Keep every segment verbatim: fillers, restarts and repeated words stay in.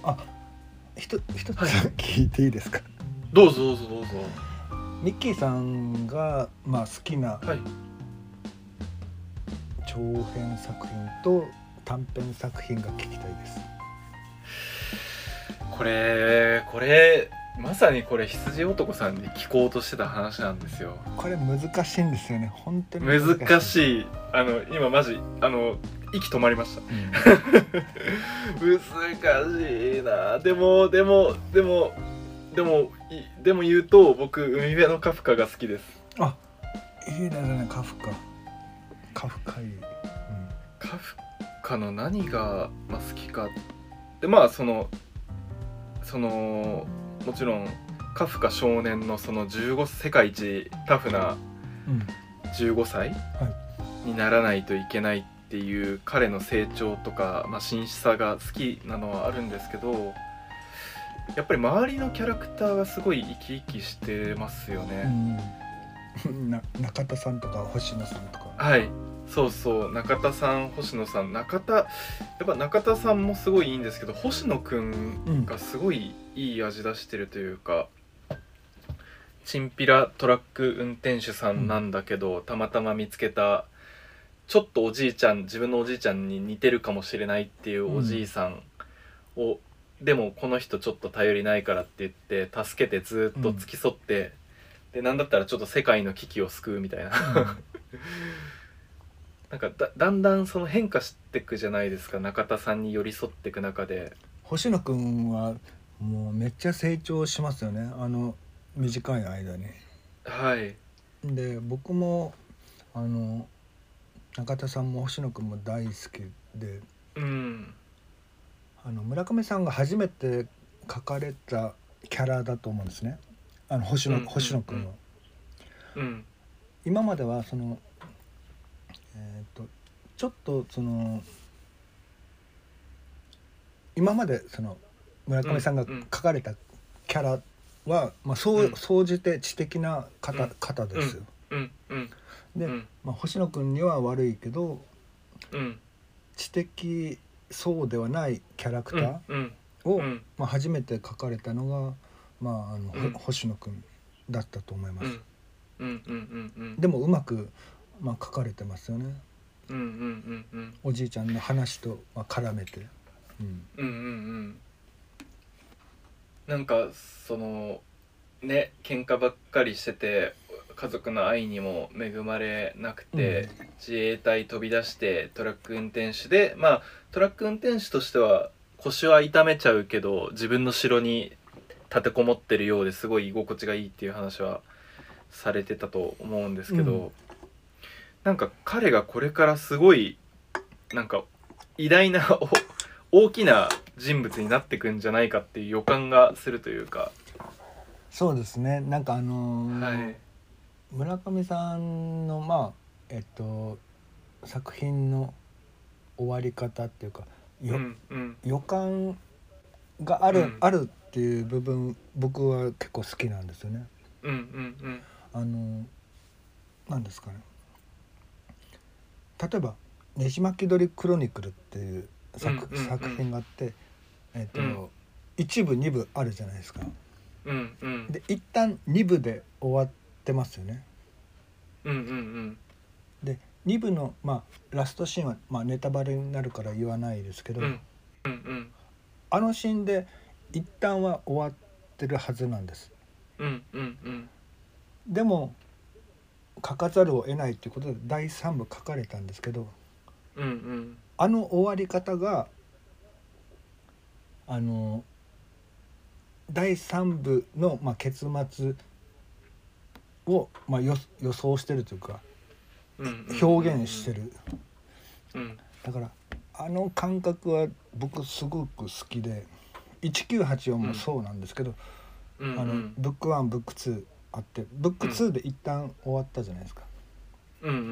あ、ひと一つはい聞いていいですか？ どうぞどうぞどうぞ。 ミッキーさんが、まあ、好きなはい。 長編作品と短編作品が聞きたいです。 これこれまさにこれ羊男さんに聞こうとしてた話なんですよ。 これ難しいんですよね。本当に難しい。 難しい。あの今マジあの息止まりました。 うん難しいな。でもでもでもでもいでも言うと僕海辺のカフカが好きです。 あ、いいですね。カフカカフカいい、うん、 カフカの何が、まあ、好きかで、まあそのそのもちろんカフカ少年のそのじゅうご世界一タフなじゅうごさいにならないといけないっていう彼の成長とか、まあ、真摯さが好きなのはあるんですけど、やっぱり周りのキャラクターがすごい生き生きしてますよね、 うん、な中田さんとか星野さんとか。 はい、そうそう、中田さん、星野さん、中田やっぱ中田さんもすごいいいんですけど、星野くんがすごいいい味出してるというか、チンピラトラック運転手さんなんだけど、うん、たまたま見つけたちょっとおじいちゃん、自分のおじいちゃんに似てるかもしれないっていうおじいさんを、うん、でもこの人ちょっと頼りないからって言って助けてずっと付き添って、うん、でなんだったらちょっと世界の危機を救うみたいな、うん、なんか だ, だんだんその変化していくじゃないですか、中田さんに寄り添っていく中で。 星野くんはもうめっちゃ成長しますよね、あの短い間に。 はい。 で僕もあの中田さんも星野くんも大好きで、 うん、 あの村上さんが初めて描かれたキャラだと思うんですね、あの星野、うんうんうん、星野くんは、うん、今まではその、えーと、ちょっとその今までその村上さんが描かれたキャラは、うんまあ、そう総じて知的な方、方ですよ、うんうん、で、まあ、星野くんには悪いけど、うん、知的そうではないキャラクターを、うんうんまあ、初めて描かれたのが、まああのうん、星野くんだったと思います、うんうんうんうん、でもうまく、まあ、描かれてますよね、うんうんうんうん、おじいちゃんの話と、まあ、絡めて、うんうんうんうん、 なんかそのね、喧嘩ばっかりしてて家族の愛にも恵まれなくて、うん、自衛隊飛び出してトラック運転手で、まあトラック運転手としては腰は痛めちゃうけど自分の城に立てこもってるようですごい居心地がいいっていう話はされてたと思うんですけど、うん、なんか彼がこれからすごいなんか偉大な大きな人物になってくんじゃないかっていう予感がするというか。 そうですね、なんかあのーはい、村上さんのまあえっと作品の終わり方っていうか、よ、うんうん、予感がある、うん、あるっていう部分僕は結構好きなんですよね。うんうんうん、あのなんですかね、例えば「ねじ巻き鳥クロニクル」っていう 作,、うんうんうん、作品があって、えっとうん、いち部に部あるじゃないですか。うんうん、で一旦に部で終わってますよね。うんうんうん、でに部の、まあ、ラストシーンは、まあ、ネタバレになるから言わないですけど、うんうんうん、あのシーンで一旦は終わってるはずなんです。うんうんうん、でも書かざるを得ないということでだいさん部書かれたんですけど、うんうん、あの終わり方があのだいさん部の、まあ、結末を、まあ、予想してるというか、うんうんうんうん、表現してる、うん、だからあの感覚は僕すごく好きで、いちきゅうはちよんもそうなんですけど、うん、あのブックワンブックツーあってブックツーで一旦終わったじゃないですか、うんうんうん、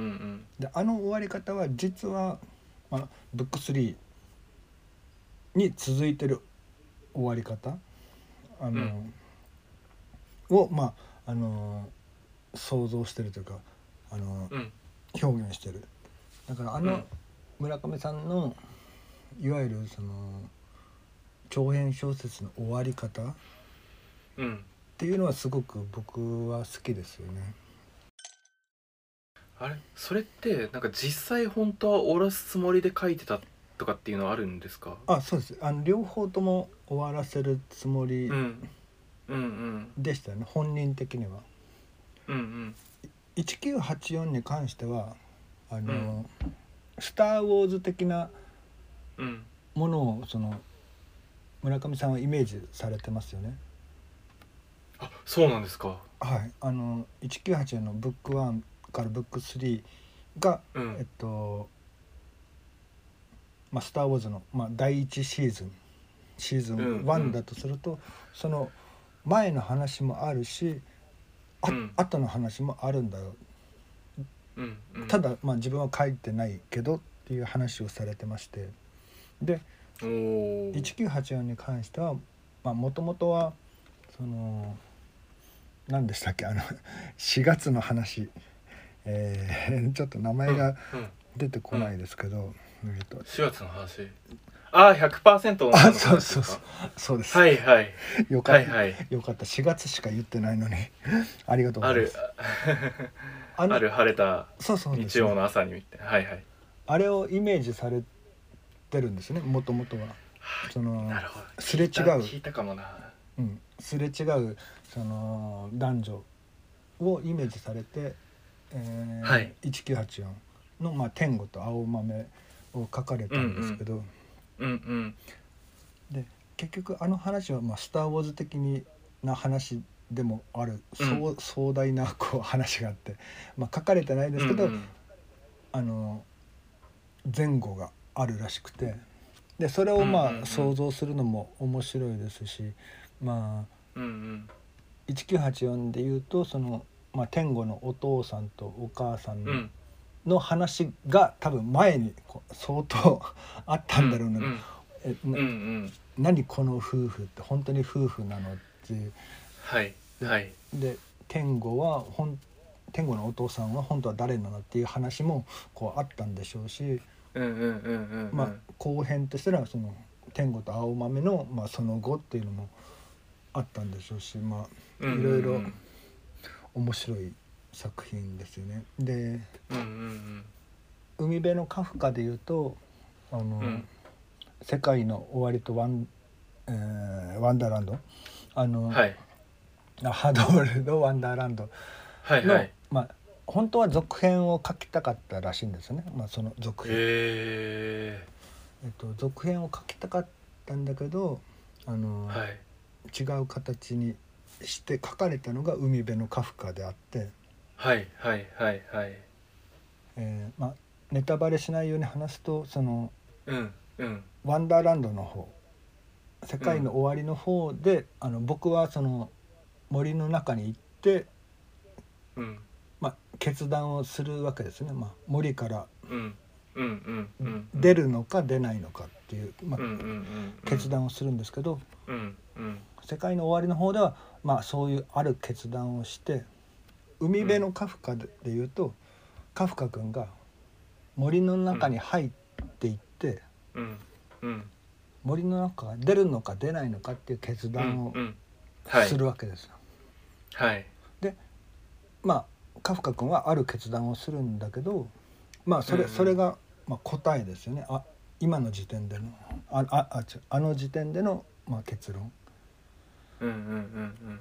であの終わり方は実は、まあ、ブックスリーに続いてる終わり方あの、うん、をまああの想像してるというかあの、うん、表現してる。だからあの村上さんのいわゆるその長編小説の終わり方っうんていうのはすごく僕は好きですよね。 あれそれってなんか実際本当は終わらすつもりで書いてたとかっていうのはあるんですか？ あ、そうです。あの両方とも終わらせるつもりうんうんうんでしたね、本人的には。 うんうんいちきゅうはちよんに関してはあの、 うんスター・ウォーズ的なうんものをその村上さんはイメージされてますよね。 あ、そうなんですか。 はい、あのいちきゅうはちよんのブックワンからブックスリーが、 うんえっとまあ、スター・ウォーズの、まあ、だいいちシーズンシーズンワンだとすると、うんうん、その前の話もあるし、あ、うん、後の話もあるんだよ、 うんうん、 ただ、まあ、自分は書いてないけどっていう話をされてまして、でいちきゅうはちよんに関してはもともとはその何でしたっけ、あのしがつの話、えー、ちょっと名前が出てこないですけど、 うんうん、えっと、しがつの話、あ、ひゃくパーセント の話ですか？ あ、そうそうそう、そうです。 はいはい。 よかった、 はいはい、 よかった。しがつしか言ってないのにありがとうございます。 あるある晴れた日曜の朝に見て、 ね、はいはい。あれをイメージされてるんですね、もともとは。そのなるほど、 すれ違う聞いたかもな。 うん、すれ違うその男女をイメージされて、えーはい、いちきゅうはちよんの、まあ、天狗と青豆を書かれたんですけど、 うんうんうんうん、 で結局あの話は、まあ、スター・ウォーズ的な話でもある、うん、壮大なこう話があって、まあ、書かれてないですけど、うんうん、あの前後があるらしくて、でそれをまあ、うんうんうん、想像するのも面白いですし、まあ、うんうん、いちきゅうはちよんでいうとその、まあ、天狗のお父さんとお母さんの話が多分前に相当あったんだろうな、うんうん、えな、うんうん、何この夫婦って本当に夫婦なのっていう、 はいはい、 で天狗はほん天狗のお父さんは本当は誰なのっていう話もこうあったんでしょうし、まあ後編としてはその天狗と青豆の、まあ、その後っていうのもあったんでしょうし、まあいろいろ面白い作品ですよね。で、うんうんうん、海辺のカフカでいうとあの、うん、世界の終わりとワン、えー、ワンダーランド、あの、はい、ハドールのワンダーランドの、はいはい、まあ本当は続編を書きたかったらしいんですね。まあその続編、えっと、続編を書きたかったんだけど、あの、はい、違う形にして書かれたのが海辺のカフカであって、 はいはいはいはい、 えー、まあネタバレしないように話すとその、 うんうん、 ワンダーランドの方、世界の終わりの方で、うん、あの僕はその森の中に行って、うんまあ、決断をするわけですね、まあ、森から出るのか出ないのかっていう、まあ、決断をするんですけど、うんうん、世界の終わりの方では、まあ、そういうある決断をして、海辺のカフカでいうと、うん、カフカ君が森の中に入っていって、うんうん、森の中が出るのか出ないのかっていう決断をするわけですよ。はい、でまあカフカ君はある決断をするんだけど、まあそれ、うんうん、それが、まあ、答えですよね。あ今の時点でのああああの時点での、まあ、結論、うんうんうんうん、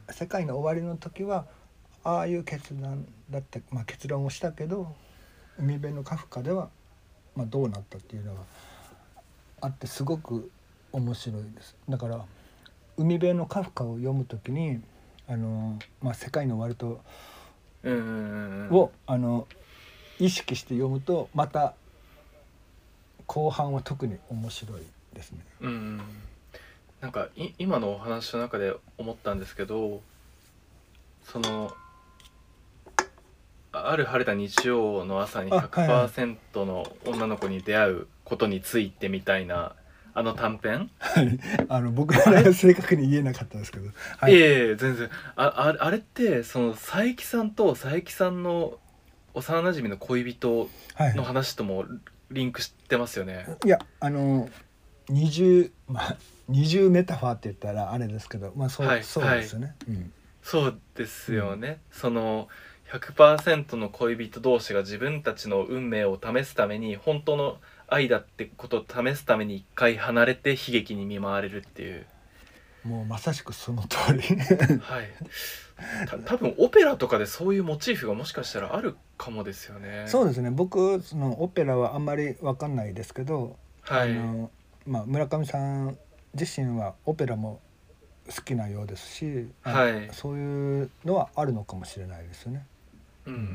世界の終わりの時はああいう決断だった、まあ、結論をしたけど、海辺のカフカでは、まあ、どうなったっていうのがあってすごく面白いです。だから海辺のカフカを読むときにあの、まあ、世界の終わりと、うんうんうん、をあの意識して読むとまた後半は特に面白いですね。 うんうん、なんかい今のお話の中で思ったんですけど、そのある晴れた日曜の朝に ひゃくパーセント の女の子に出会うことについてみたいなあの短編、 はい、あの僕は正確に言えなかったですけど、 はい、いえいえ全然 あ, あ, あれってその佐伯さんと佐伯さんの幼なじみの恋人の話ともリンクしてますよね。 はい、いやあのにじゅう、まあ、 二重メタファーって言ったらあれですけど、まあそう、 はい、 そうですよね、はい、うん、 そうですよね、うん、その ひゃくパーセント の恋人同士が自分たちの運命を試すために、本当の愛だってことを試すために一回離れて悲劇に見舞われるっていう、 もうまさしくその通りはい、た多分オペラとかでそういうモチーフがもしかしたらあるかもですよね。 そうですね、僕そのオペラはあんまり分かんないですけど、はい、あのまあ、村上さん自身はオペラも好きなようですし、はい、そういうのはあるのかもしれないですよね。 うんうんうんうん。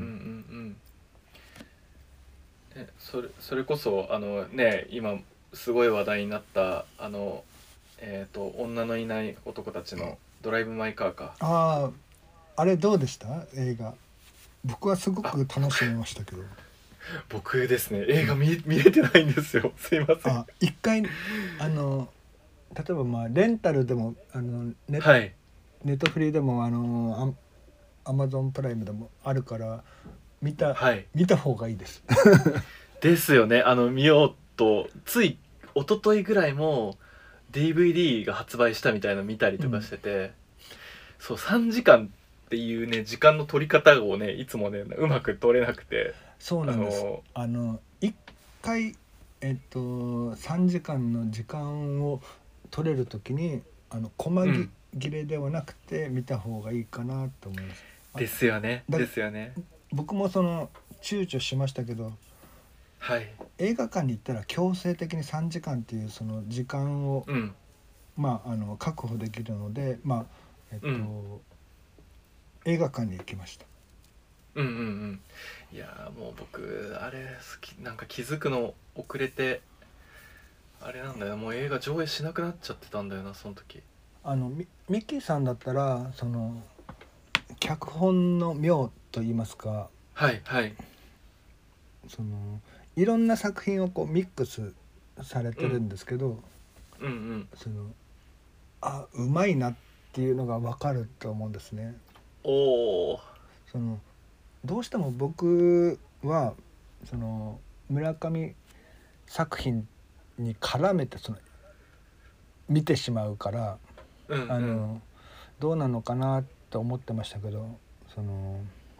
えそれそれこそあのね、今すごい話題になったあのえっと女のいない男たちのドライブ・マイ・カーか。 ああ、あれどうでした映画？僕はすごく楽しみましたけど。 僕ですね、映画 見, 見れてないんですよ。すいません。 あ、一回あの例えばまあレンタルでもあのネ、 はい、 ネットフリーでもあのアマゾンプライムでもあるから見た、はい、見た方がいいです。 ですよね。あの見ようとつい一昨日ぐらいも ディーブイディー が発売したみたいなの見たりとかしてて、うん、そうさんじかんっていうね時間の取り方をねいつもねうまく取れなくて。 そうなんです。あのいっかいえっとさんじかんの時間を取れるときにあの細切れではなくて見た方がいいかなと思います。 うん、ですよね。ですよね。 僕もその躊躇しましたけど、 はい、 映画館に行ったら強制的にさんじかんっていうその時間を、うん、まああの確保できるので、まあえっと、うん、映画館に行きました。 うんうんうん。いやもう僕あれ好き、なんか気づくの遅れてあれなんだよ、もう映画上映しなくなっちゃってたんだよなその時。 あのミミッキーさんだったらその脚本の妙と言いますか、 はいはい、 そのいろんな作品をこうミックスされてるんですけど、 うん、うんうんそのあうまいなっていうのが分かると思うんですね。 おー、 そのどうしても僕はその村上作品に絡めてその見てしまうから、うんうん、あのどうなのかなと思ってましたけど、その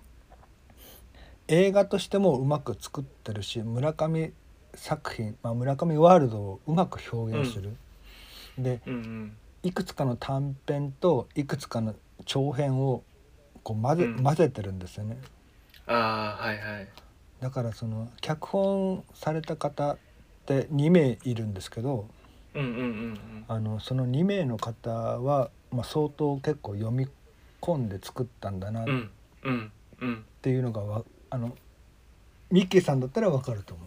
映画としてもうまく作ってるし、村上作品、まあ、村上ワールドをうまく表現する、うん、で、うんうん、いくつかの短編といくつかの長編をこう混ぜ、うん、混ぜてるんですよね。 あーはいはい。 だからその脚本された方ってにめいいるんですけど、 うんうんうんうん、 あのそのにめいの方は、まあ、相当結構読み込んで作ったんだなっていうのがわあのミッキーさんだったら分かると思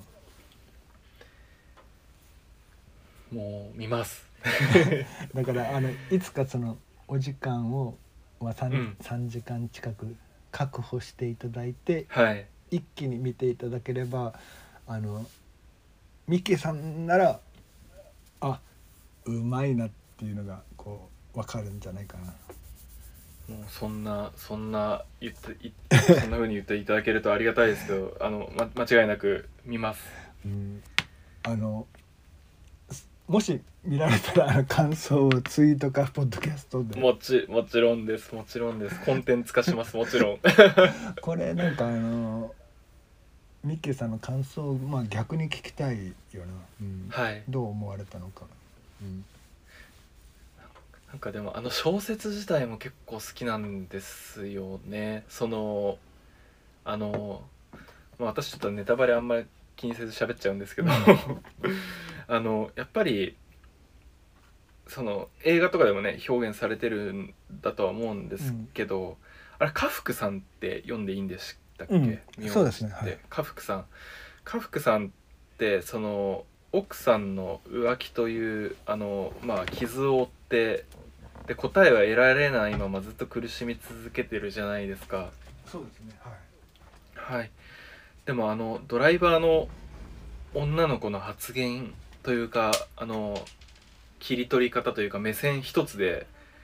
う。もう見ますだからあのいつかそのお時間を、まあ 3,、うん、さんじかん近く確保していただいて、 はい、 一気に見ていただければあのミッキーさんならあうまいなっていうのがこう分かるんじゃないかな。 もうそんなそんな言ってそんな風に言っていただけるとありがたいですけどあの、ま、間違いなく見ます。 うん、あのもし見られたら感想をツイートかポッドキャストでもちもちろんですもちろんですコンテンツ化しますもちろんこれなんかあのミッキーさんの感想を、まあ、逆に聞きたいよな、うん、 はい、 どう思われたのか、うん、 なんかでもあの小説自体も結構好きなんですよね。そのあの、まあ、私ちょっとネタバレあんまり気にせず喋っちゃうんですけど、うん、あのやっぱりその映画とかでもね表現されてるんだとは思うんですけど、うん、あれ家福さんって読んでいいんでしたっけ、うん、 そうですね、はい、 家福さん家福さんってその奥さんの浮気というあの、まあ、傷を負ってで答えは得られないままずっと苦しみ続けてるじゃないですか。 そうですね、 はい、はい、でもあのドライバーの女の子の発言というかあの切り取り方というか目線一つで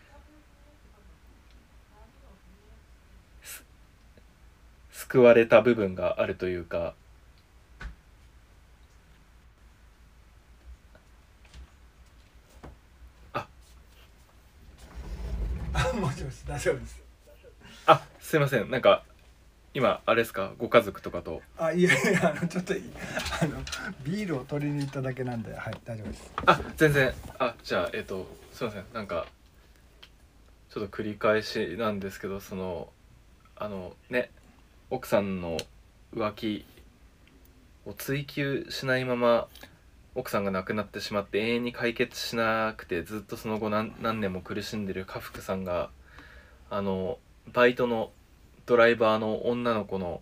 救われた部分があるというか、ああ、もちろん大丈夫です。 あ、すいません、なんか今あれですか、ご家族とかと。 あ、いやいや、あのちょっとあのビールを取りに行っただけなんで、はい、大丈夫です。 あ、全然。あ、じゃあえっとすいません、なんかちょっと繰り返しなんですけど、そのあのね、奥さんの浮気を追求しないまま奥さんが亡くなってしまって永遠に解決しなくて、ずっとその後何、何年も苦しんでる家福さんが、あのバイトのドライバーの女の子の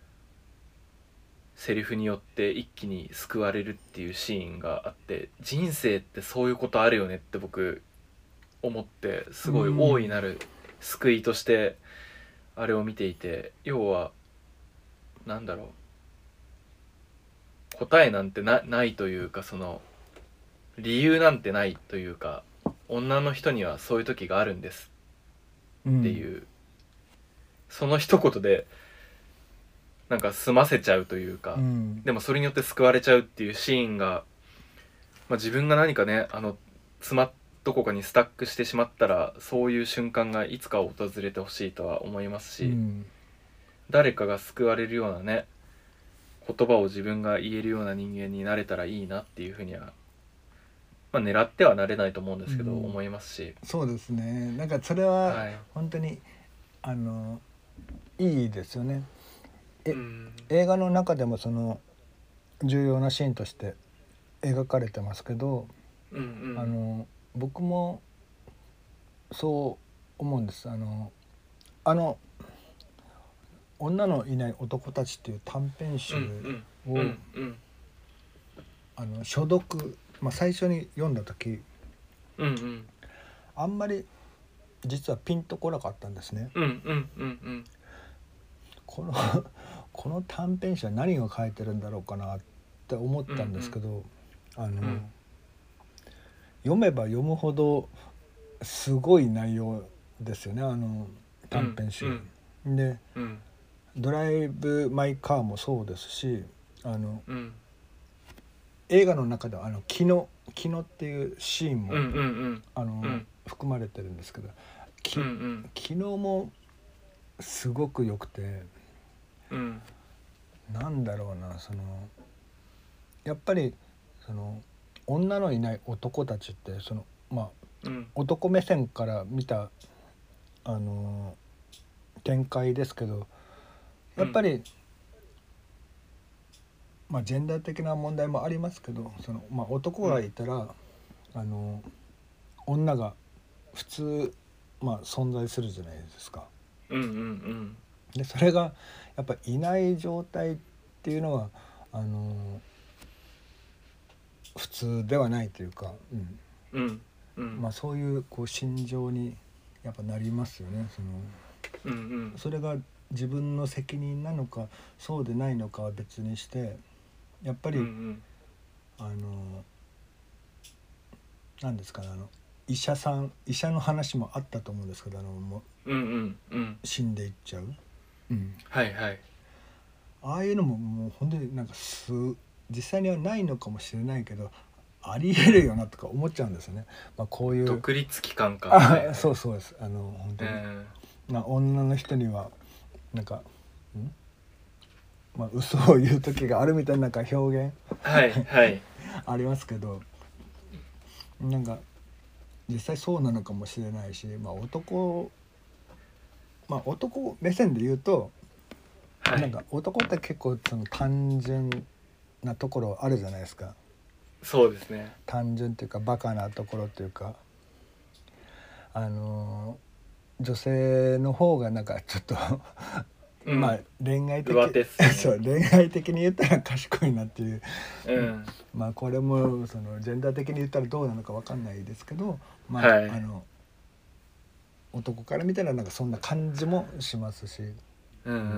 セリフによって一気に救われるっていうシーンがあって、人生ってそういうことあるよねって僕思って、すごい大いなる救いとしてあれを見ていて、要はなんだろう、答えなんて な, ないというか、その理由なんてないというか、女の人にはそういう時があるんですっていう、うん、その一言でなんか済ませちゃうというか、うん、でもそれによって救われちゃうっていうシーンが、まあ、自分が何かね、あの詰まどこかにスタックしてしまったら、そういう瞬間がいつか訪れてほしいとは思いますし、うん、誰かが救われるようなね言葉を自分が言えるような人間になれたらいいなっていうふうには、まあ、狙ってはなれないと思うんですけど、うん、思いますし。 そうですね、なんかそれは本当に、はい、あのいいですよね。え、うん、映画の中でもその重要なシーンとして描かれてますけど、うんうん、あの僕もそう思うんです。あのあの女のいない男たちっていう短編集を、うんうんうん、あの初読、まあ、最初に読んだ時、うんうん、あんまり実はピンとこなかったんですね、うんうんうんうん、このこの短編集は何が書いてるんだろうかなって思ったんですけど、うんうん、あの、うん、読めば読むほどすごい内容ですよね、あの短編集、うんうん、で、うん、ドライブ・マイ・カーもそうですし、あの、うん、映画の中ではあのキノキノっていうシーンも、うんうんうん、あの、うん、含まれてるんですけど、き、うんうん、キノもすごく良くて、うん、なんだろうな、そのやっぱりその女のいない男たちってそのまあ、うん、男目線から見たあの展開ですけど、やっぱり、うん、まあ、ジェンダー的な問題もありますけど、その、まあ、男がいたら、うん、あの女が普通、まあ、存在するじゃないですか、うんうんうん、でそれがやっぱいない状態っていうのはあの普通ではないというか、うんうんうん、まあ、そういう、こう心情にやっぱなりますよね。その、うんうん、それが自分の責任なのかそうでないのかは別にして、やっぱり、うんうん、あの何ですかね、あの医者さん医者の話もあったと思うんですけど、あのもう、うんうんうん、死んでいっちゃう、うん、はいはい、ああいうのももう本当になんかす実際にはないのかもしれないけどありえるよなとか思っちゃうんですよね、まあ、こういう独立機関か、 はいはい、そうそうです、あの本当に、えー、まあ、女の人にはなんかんまあ、嘘を言う時があるみたいな表現、はいはい、ありますけど、なんか実際そうなのかもしれないし、まあ、男、まあ、男目線で言うと、はい、なんか男って結構その単純なところあるじゃないですか。 そうですね、 単純っていうかバカなところっていうか、あの女性の方がなんかちょっとうん、まあ恋愛的、ね、そう恋愛的に言ったら賢いなっていう、うん、まあこれもそのジェンダー的に言ったらどうなのか分かんないですけど、まあ、はい、あの男から見たらなんかそんな感じもしますし、うんうんうん、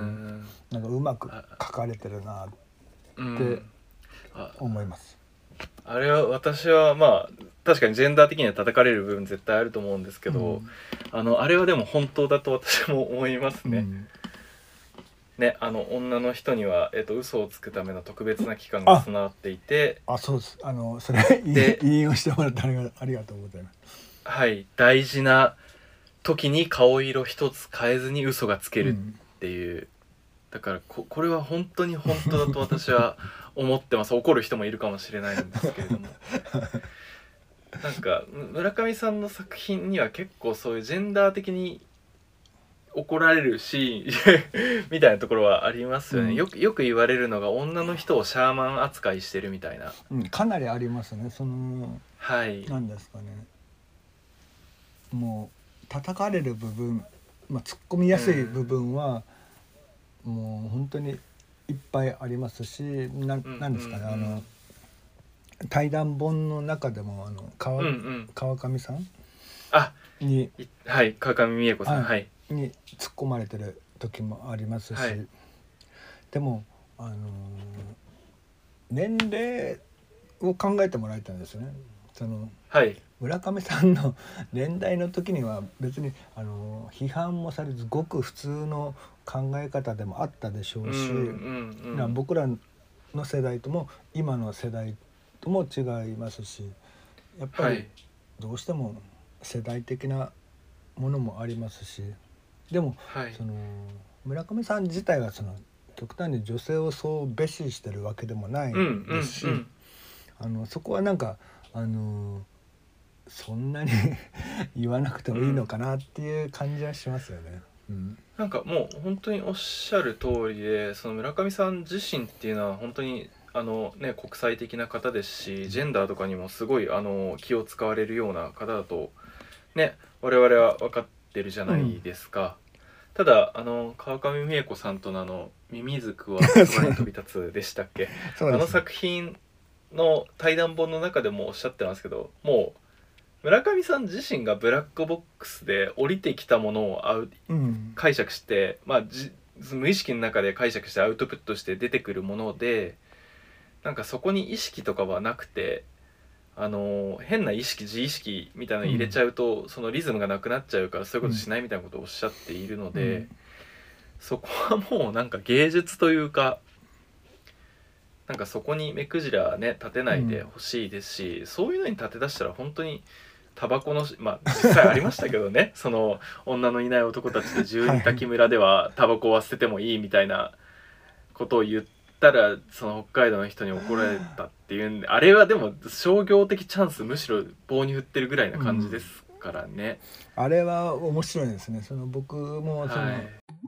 なんかうまく書かれてるなって思います。 あ, あれは私はまあ確かにジェンダー的には叩かれる部分絶対あると思うんですけど、うん、あのあれはでも本当だと私も思いますね。うんね、あの女の人には、えーと、嘘をつくための特別な期間が備わっていて、 ああそうです、あのそれ引用してもらってありがとうございます。 はい、大事な時に顔色一つ変えずに嘘がつけるっていう、うん、だから こ, これは本当に本当だと私は思ってます。怒る人もいるかもしれないんですけれどもなんか村上さんの作品には結構そういうジェンダー的に怒られるシーンみたいなところはありますよね、うん、よくよく言われるのが女の人をシャーマン扱いしてるみたいな、 うん、かなりありますね。その、 はい、 なんですかね、もう叩かれる部分、まあ、突っ込みやすい部分は、うん、もう本当にいっぱいありますし、な、なんですかね、あの対談本の中でもあの 川,、うんうん、川上さんあに、 はい、川上美恵子さん、はい、 に突っ込まれてる時もありますし、はい、でも、あのー、年齢を考えてもらいたいんですよね。その、 はい、 村上さんの年代の時には別に、あのー、批判もされずごく普通の考え方でもあったでしょうし、うんうんうん、僕らの世代とも今の世代とも違いますし、やっぱりどうしても世代的なものもありますし、でも、はい、その村上さん自体はその極端に女性をそう蔑視してるわけでもないですし、うんうんうん、あのそこはなんかあのそんなに言わなくてもいいのかなっていう感じはしますよね。うん、 なんかもう本当におっしゃる通りで、その村上さん自身っていうのは本当にあの、ね、国際的な方ですし、ジェンダーとかにもすごいあの気を使われるような方だと、ね、我々は分かってるじゃないですか。うん、ただあの川上美恵子さんとのあのミミズクは空に飛び立つでしたっけあの作品の対談本の中でもおっしゃってますけど、もう村上さん自身がブラックボックスで降りてきたものをアウ、うん、解釈して、まあ、じ無意識の中で解釈してアウトプットして出てくるもので、なんかそこに意識とかはなくて、あの変な意識自意識みたいなの入れちゃうと、うん、そのリズムがなくなっちゃうからそういうことしないみたいなことをおっしゃっているので、うん、そこはもうなんか芸術というか、なんかそこに目くじらね立てないでほしいですし、うん、そういうのに立て出したら本当にタバコのまあ実際ありましたけどねその女のいない男たちで十二滝村ではタバコは捨ててもいいみたいなことを言ったら、その北海道の人に怒られたっていうんで、あれはでも商業的チャンスむしろ棒に振ってるぐらいな感じですからね、 うん、あれは面白いですね。その僕もその、はい、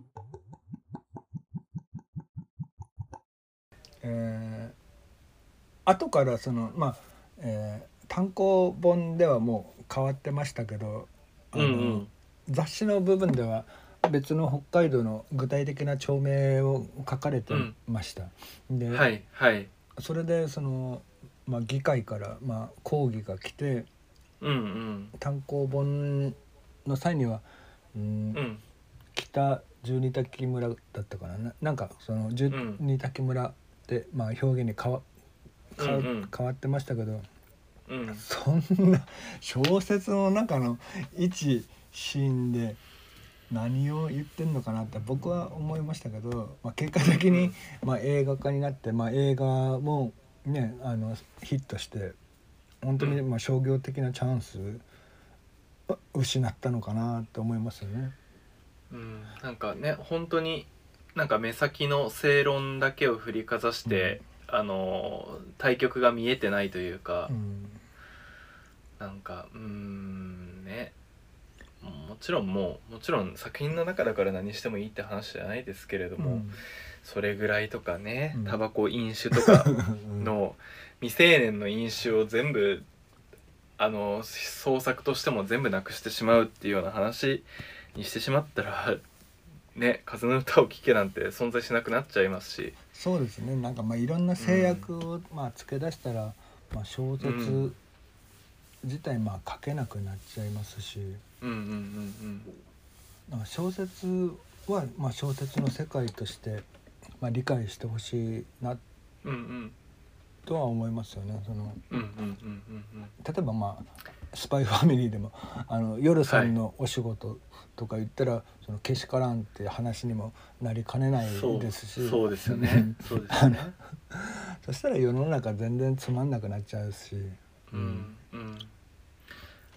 えー、後からそのまあ、えー、単行本ではもう変わってましたけど、あの、うんうん、雑誌の部分では別の北海道の具体的な町名を書かれてました。うん、で、 はいはい、 それでその、まあ、議会から、まあ、抗議が来て、 うんうん、 単行本の際には、うん、うん、北十二滝村だったかな、な、なんかその十二滝村で、まあ、表現に変わ、変わ、うんうん、変わってましたけど、うん、そんな小説の中の一シーンで何を言ってんのかなって僕は思いましたけど、まあ、結果的に、まあ、映画化になって、まあ、映画も、ね、あのヒットして本当にまあ商業的なチャンスを失ったのかなって思いますよね。 うん、なんかね本当になんか目先の正論だけを振りかざして、うん、あの対局が見えてないというか、うん、なんかうーんね、もちろんもうもちろん作品の中だから何してもいいって話じゃないですけれども、うん、それぐらいとかね、タバコ飲酒とかの未成年の飲酒を全部あの創作としても全部なくしてしまうっていうような話にしてしまったらね、風の歌を聴けなんて存在しなくなっちゃいますし。 そうですね、なんかまあいろんな制約をまあ付け出したら、まあ、小説自体まあ書けなくなっちゃいますし、うんうんうんうん、小説はまあ小説の世界としてまあ理解してほしいなとは思いますよね。その例えばまあスパイファミリーでもあの夜さんのお仕事とか言ったら、はい、そのけしからんっていう話にもなりかねないですし、 そう、そうですよねそうですよねそしたら世の中全然つまんなくなっちゃうし、 うんうん、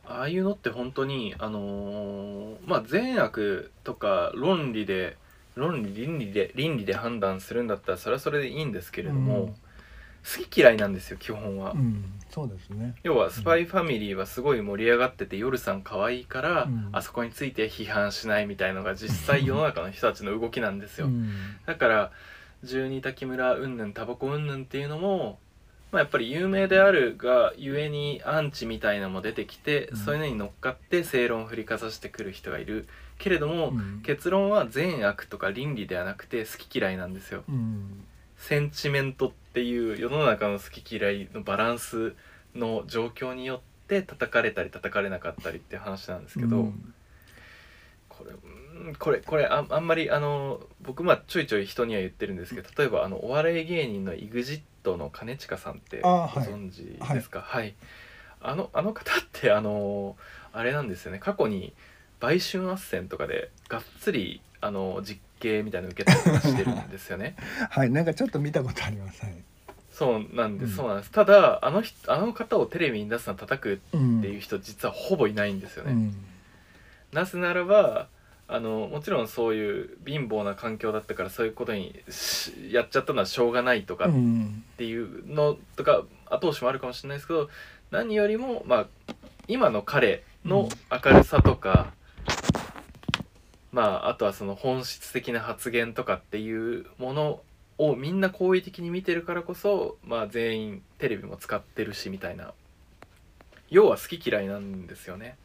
ああいうのって本当にあのーまあ善悪とか論理で論理倫理で倫理で判断するんだったらそれはそれでいいんですけれども、 うん、 好き嫌いなんですよ基本は。 うん、そうですね。 要はスパイファミリーはすごい盛り上がってて、夜さん可愛いから、 うん、 あそこについて批判しないみたいのが実際世の中の人たちの動きなんですよ。 うん、 だから十二滝村うんぬんタバコうんぬんっていうのも、まあ、やっぱり有名であるがゆえにアンチみたいなのも出てきて、 うん、 そういうのに乗っかって正論を振りかざしてくる人がいるけれども、 うん、 結論は善悪とか倫理ではなくて好き嫌いなんですよ。 うん、 センチメントっていう世の中の好き嫌いのバランスの状況によって叩かれたり叩かれなかったりっていう話なんですけど、 うん、 これうんこれこれ あ, あんまりあの僕まあちょいちょい人には言ってるんですけど、例えばあのお笑い芸人の イグジット の兼近さんってごあ、はい、 存知ですか？はい、はい、あのあの方ってあのあれなんですよね、過去に売春斡旋とかでがっつりあの実刑みたいなの受けたりとかしてるんですよね。 はい、なんかちょっと見たことあります。はい、 そうなんです、 うん、 そうなんです。ただあの人あの方をテレビに出すの叩くうっていう人実はほぼいないんですよね。 ん、 なぜならばあのもちろんそういう貧乏な環境だったからそういうことにやっちゃったのはしょうがないとかっうん、 ていうのとか後押しもあるかもしれないですけど、何よりもまあ今の彼の明るさとか、まああとはその本質的な発言とかっていうものをみんな好意的に見てるからこそ、まあ全員テレビも使ってるしみたいな、要は好き嫌いなんですよね。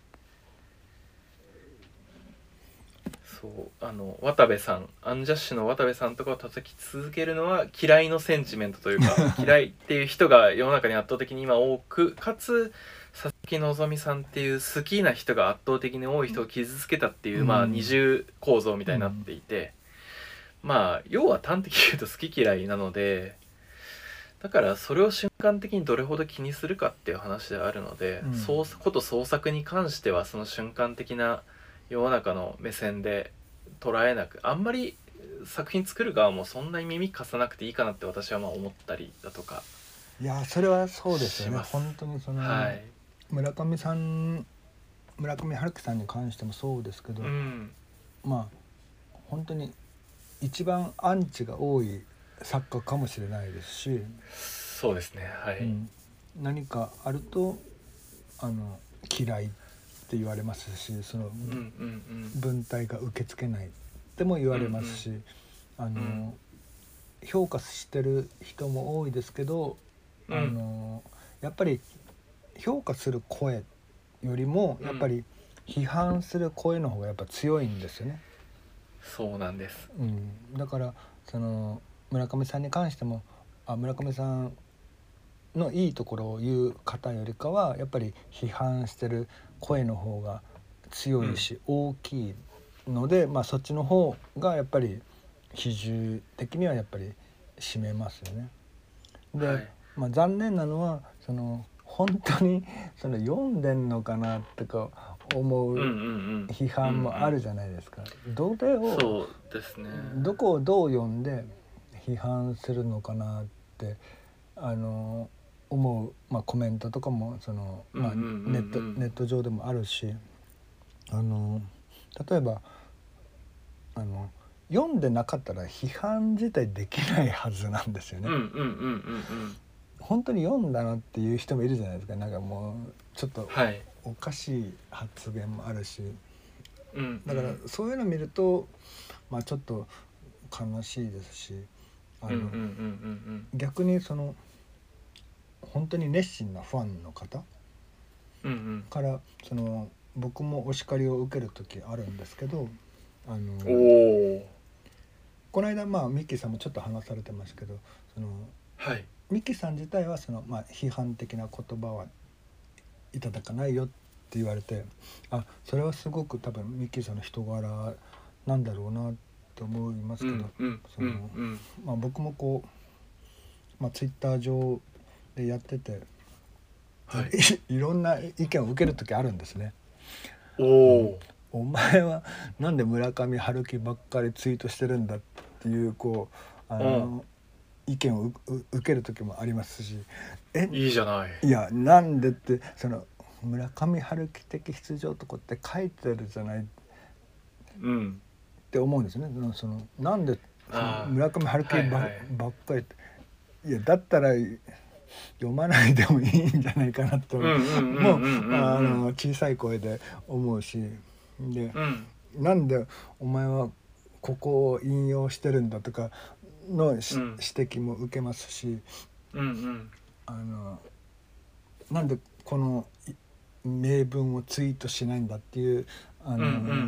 そうあの渡部さん、アンジャッシュの渡部さんとかを叩き続けるのは嫌いのセンチメントというか嫌いっていう人が世の中に圧倒的に今多く、かつ佐々木希さんっていう好きな人が圧倒的に多い人を傷つけたっていう、 うん、 まあ二重構造みたいになっていて、うん、まあ要は端的に言うと好き嫌いなので、だからそれを瞬間的にどれほど気にするかっていう話であるので、 うん、 そうこと創作に関してはその瞬間的な世の中の目線で捉えなく、あんまり作品作る側もそんなに耳貸さなくていいかなって私はまあ思ったりだとか。 いやそれはそうですよね。本当にその、 はい、 村上さん村上春樹さんに関してもそうですけど、 うん、 まあ本当に一番アンチが多い作家かもしれないですし、 そうですね、はい、 うん、何かあるとあの嫌いって言われますし、その、うんうんうん、文体が受け付けないっても言われますし、うんうん、あの、うん、評価してる人も多いですけど、うん、あのやっぱり評価する声よりもやっぱり批判する声の方がやっぱ強いんですよね。 そうなんです、 うん、だからその村上さんに関してもあ村上さんのいいところを言う方よりかはやっぱり批判してる声の方が強いし大きいので、うん、まあそっちの方がやっぱり比重的にはやっぱり占めますよね。で、はい、まあ、残念なのはその本当にその読んでんのかなとか思う批判もあるじゃないですか。どれをそうですね、 どこをどう読んで批判するのかなってあの思う、まあ、コメントとかもその、まあ、ネット、ネット上でもあるし、あの例えばあの読んでなかったら批判自体できないはずなんですよね。本当に読んだのっていう人もいるじゃないですか。なんかもうちょっとおかしい発言もあるし、はい、だからそういうのを見ると、まあ、ちょっと悲しいですし、あの逆にその本当に熱心なファンの方からその僕もお叱りを受ける時あるんですけど、あのおこの間まあミッキーさんもちょっと話されてますけど、その、はい、ミッキーさん自体はその、まあ、批判的な言葉はいただかないよって言われて、あそれはすごく多分ミッキーさんの人柄なんだろうなって思いますけど、うんうんそのうんうんまあ、僕もこう、まあ、ツイッター上でやってて、はい、い, いろんな意見を受ける時あるんですね。おお前はなんで村上春樹ばっかりツイートしてるんだっていうこうあの意見を受ける時もありますし、 えいいじゃない、 いやなんでってその村上春樹的羊男って書いてるじゃない、うん、って思うんですね。そのなんでその村上春樹ば、はいはい、ばっかりいやだったら読まないでもいいんじゃないかなともう小さい声で思うしで、うん、なんでお前はここを引用してるんだとかの、うん、指摘も受けますし、うんうん、あのなんでこの名文をツイートしないんだっていうあの、うんうん、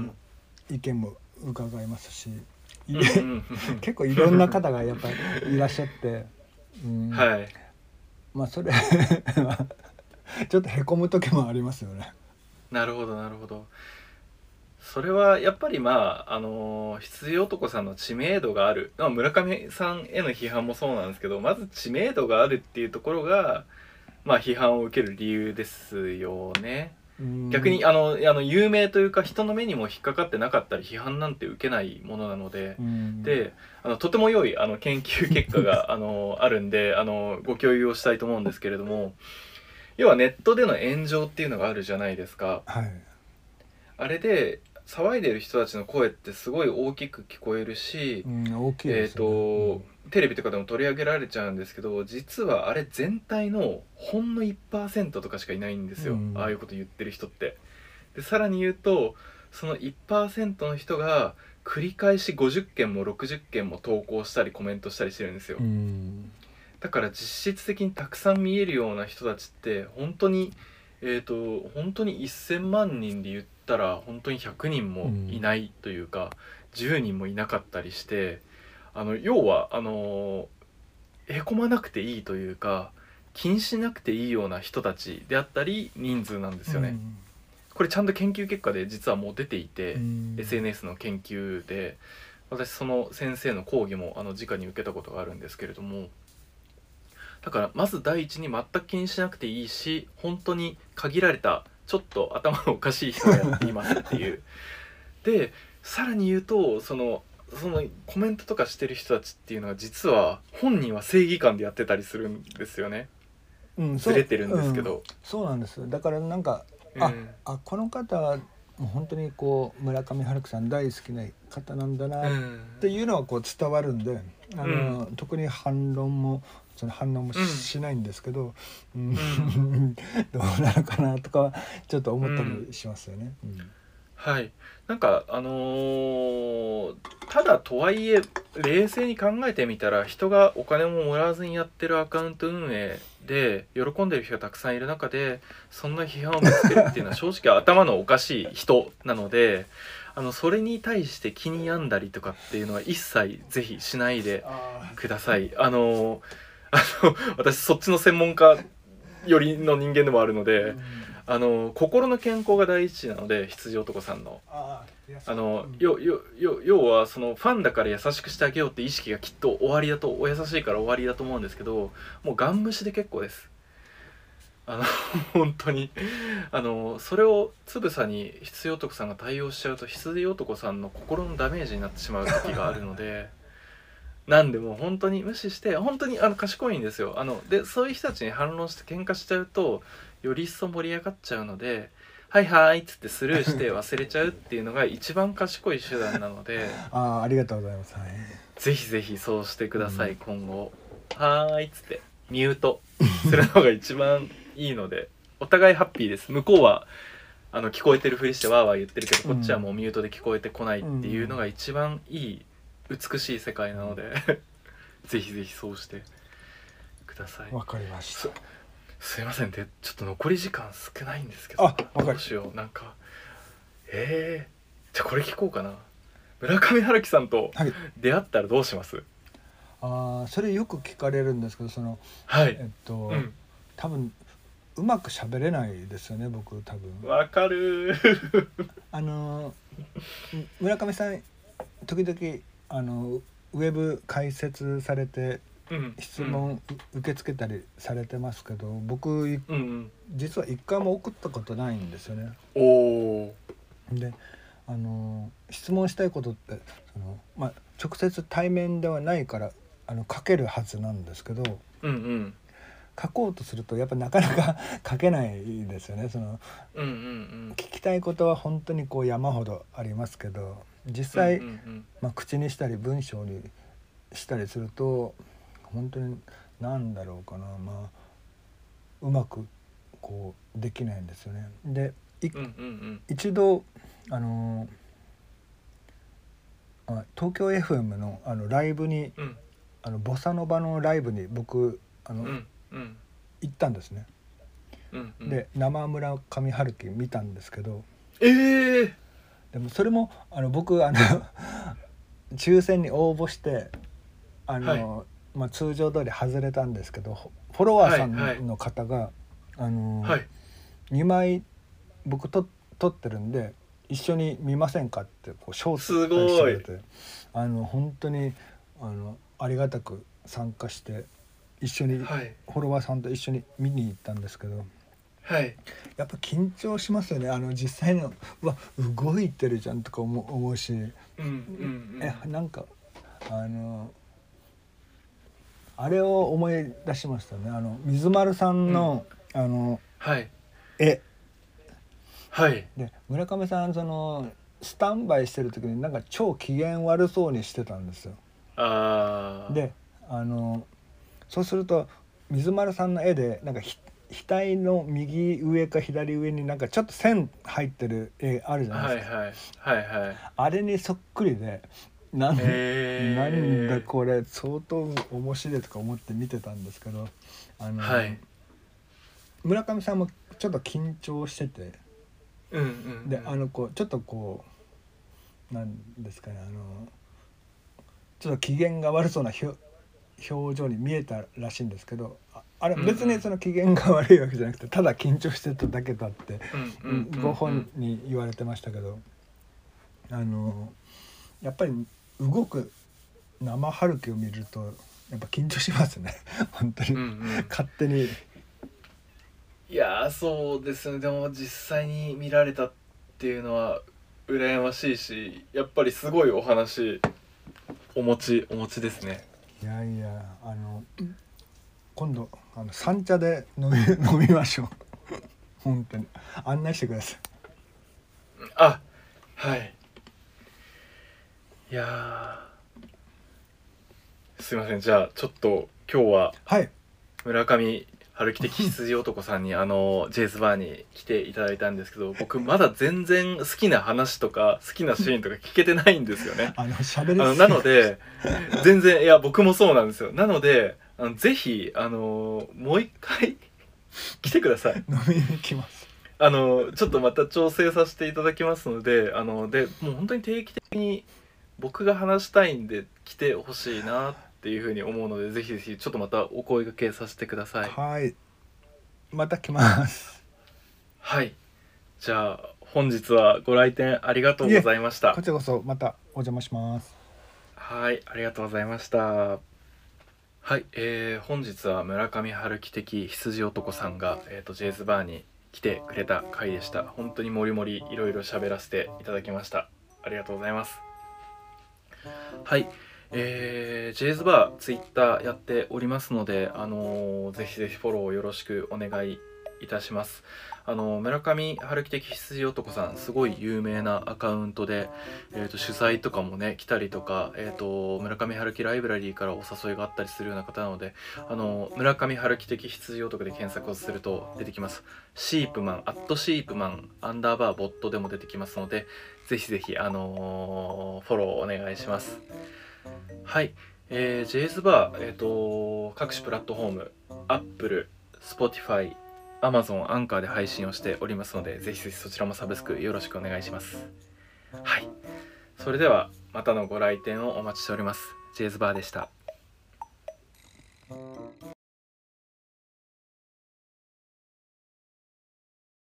意見も伺いますし、うんうん、結構いろんな方がやっぱりいらっしゃって、うん、はい、まあそれはちょっとへこむ時もありますよね。 なるほどなるほど。それはやっぱりまああの羊男さんの知名度がある、まあ、村上さんへの批判もそうなんですけど、まず知名度があるっていうところがまあ批判を受ける理由ですよね。逆にあのあの有名というか人の目にも引っかかってなかったり批判なんて受けないものなので、であのとても良いあの研究結果があのあるんであのご共有をしたいと思うんですけれども、要はネットでの炎上っていうのがあるじゃないですか。はい、あれで騒いでる人たちの声ってすごい大きく聞こえるし、うん、大きいですよね。えーと、うん、テレビとかでも取り上げられちゃうんですけど、実はあれ全体のほんの いちパーセント とかしかいないんですよ、うん、ああいうこと言ってる人って。でさらに言うとその いちパーセント の人が繰り返しごじゅっけんもろくじゅっけんも投稿したりコメントしたりしてるんですよ、うん、だから実質的にたくさん見えるような人たちって本当にえーと本当にせんまんにんで言ったら本当にひゃくにんもいないというか、うん、じゅうにんもいなかったりして、あの要はあのへこまなくていいというか気にしなくていいような人たちであったり人数なんですよね、うん、これちゃんと研究結果で実はもう出ていて、うん、エスエヌエス の研究で私その先生の講義もあの直に受けたことがあるんですけれども、だからまず第一に全く気にしなくていいし、本当に限られたちょっと頭のおかしい人がやっていますっていうでさらに言うとそのそのコメントとかしてる人たちっていうのは実は本人は正義感でやってたりするんですよね、うん、ずれてるんですけど、うん、 そうなんです。だからなんか、うん、ああこの方はもう本当にこう村上春樹さん大好きな方なんだなっていうのはこう伝わるんで、あの、うん、特に反論もその反応も し,、うん、しないんですけど、うん、どうなのかなとかちょっと思ったりしますよね、うん、 はい。なんかあのー、ただとはいえ冷静に考えてみたら人がお金ももらわずにやってるアカウント運営で喜んでる人がたくさんいる中でそんな批判をぶつけるっていうのは正直頭のおかしい人なので、あのそれに対して気に病んだりとかっていうのは一切ぜひしないでください。あのー、あの私そっちの専門家よりの人間でもあるので、うん、あの心の健康が第一なので羊男さんのああの、うん、よよよ要はそのファンだから優しくしてあげようって意識がきっと終わりだとお優しいから終わりだと思うんですけど、もうガン無視で結構です。あの本当にあのそれをつぶさに羊男さんが対応しちゃうと羊男さんの心のダメージになってしまう時があるのでなんでもう本当に無視して本当にあの賢いんですよ。あのでそういう人たちに反論して喧嘩しちゃうとより一層盛り上がっちゃうので、はいはいっつってスルーして忘れちゃうっていうのが一番賢い手段なのであ, ありがとうございます、はい、 ぜひぜひそうしてください、うん、今後はーいっつってミュートするのが一番いいのでお互いハッピーです。向こうはあの聞こえてるふりしてわーわー言ってるけど、こっちはもうミュートで聞こえてこないっていうのが一番いい美しい世界なのでぜひぜひそうしてください。 わかりました。 す, すいませんでちょっと残り時間少ないんですけど、あどうしようなんかえー、じゃあこれ聞こうかな。村上春樹さんと出会ったらどうします？はい、 あそれよく聞かれるんですけど、そのはいえっと、うん、多分うまく喋れないですよね僕多分。 わかるあの村上さん時々あのウェブ開設されて質問受け付けたりされてますけど、僕、うんうん、実は一回も送ったことないんですよね。おであの質問したいことってその、まあ、直接対面ではないからあの書けるはずなんですけど、うんうん、 書こうとするとやっぱなかなか書けないですよね。その、 うんうんうん、 聞きたいことは本当にこう山ほどありますけど、実際、 うんうんうん、 まあ、口にしたり文章にしたりすると本当に何だろうかな、まあうまくこうできないんですよね。で、いうんうんうん、 一度あのあ東京 エフエム の, あのライブに、 うん、 あのボサノバのライブに僕あの、 うんうん、 行ったんですね。 うんうん、 で生村上春樹見たんですけど、 えー、 でもそれもあの僕あの抽選に応募してあの、はい、まあ、通常通り外れたんですけど、フォロワーさんの方が、はいはい、あの、はい、にまい僕と撮ってるんで一緒に見ませんかってこう招待してくれて、あの本当にあのありがたく参加して一緒に、はい、フォロワーさんと一緒に見に行ったんですけど、 はい、 やっぱ緊張しますよね。あの実際のうわ動いてるじゃんとか思う、思うし、うんうんうん、 えなんかあのあれを思い出しましたね。あの水丸さんの、うん、あの、 はい、 絵、 はい、 で村上さんそのスタンバイしてる時になんか超機嫌悪そうにしてたんですよ。 あであのそうすると水丸さんの絵でなんか額の右上か左上になんかちょっと線入ってる絵あるじゃないですか。 はいはいはいはい、 あれにそっくりでなん、えー、なんだこれ相当面白いとか思って見てたんですけど、あの、はい、村上さんもちょっと緊張してて、 うんうんうん、 であのこうちょっとこうなんですかね、あのちょっと機嫌が悪そうな表情に見えたらしいんですけど、あれ別にその機嫌が悪いわけじゃなくてただ緊張してただけだってご本に言われてましたけど、あのやっぱり動く生春樹を見るとやっぱ緊張しますね本当に、うんうん、勝手に。 いやそうですね。でも実際に見られたっていうのは羨ましいし、やっぱりすごいお話お持ちお持ちですね。 いやいや、あの今度あの三茶で飲み飲みましょう本当に案内してください。 あ、はい。いやすいません。じゃあちょっと今日は村上春樹的羊男さんにあのジェイズバーに来ていただいたんですけど、僕まだ全然好きな話とか好きなシーンとか聞けてないんですよね。 あの喋りあのなので全然いや僕もそうなんですよ。なのであのぜひあのもう一回来てください。 飲みに来ます。 あのちょっとまた調整させていただきますので、あのでもう本当に定期的に僕が話したいんで来てほしいなっていうふうに思うので、ぜひぜひちょっとまたお声掛けさせてください。 はい、また来ます。 はい、じゃあ本日はご来店ありがとうございました。 こちらこそまたお邪魔します。 はい、ありがとうございました。はい、えー、本日は村上春樹的羊男さんが、えーと、ジェイズバーに来てくれた回でした。本当にもりもりいろいろ喋らせていただきました。ありがとうございます。はい、えー、ジェイズバーツイッターやっておりますので、あのー、ぜひぜひフォローよろしくお願いいたします。あの村上春樹的羊男さんすごい有名なアカウントで、えー、と取材とかもね来たりとか、えー、と村上春樹ライブラリーからお誘いがあったりするような方なので、あの村上春樹的羊男で検索をすると出てきます。シープマンアットシープマンアンダーバーボットでも出てきますので、ぜひぜひ、あのー、フォローお願いします。はい、えー、ジェイズバー、えー、と各種プラットフォーム Apple、Spotify、Amazon、アンカーで配信をしておりますので、ぜひぜひそちらもサブスクよろしくお願いします。はい、それではまたのご来店をお待ちしております。ジェイズバーでした。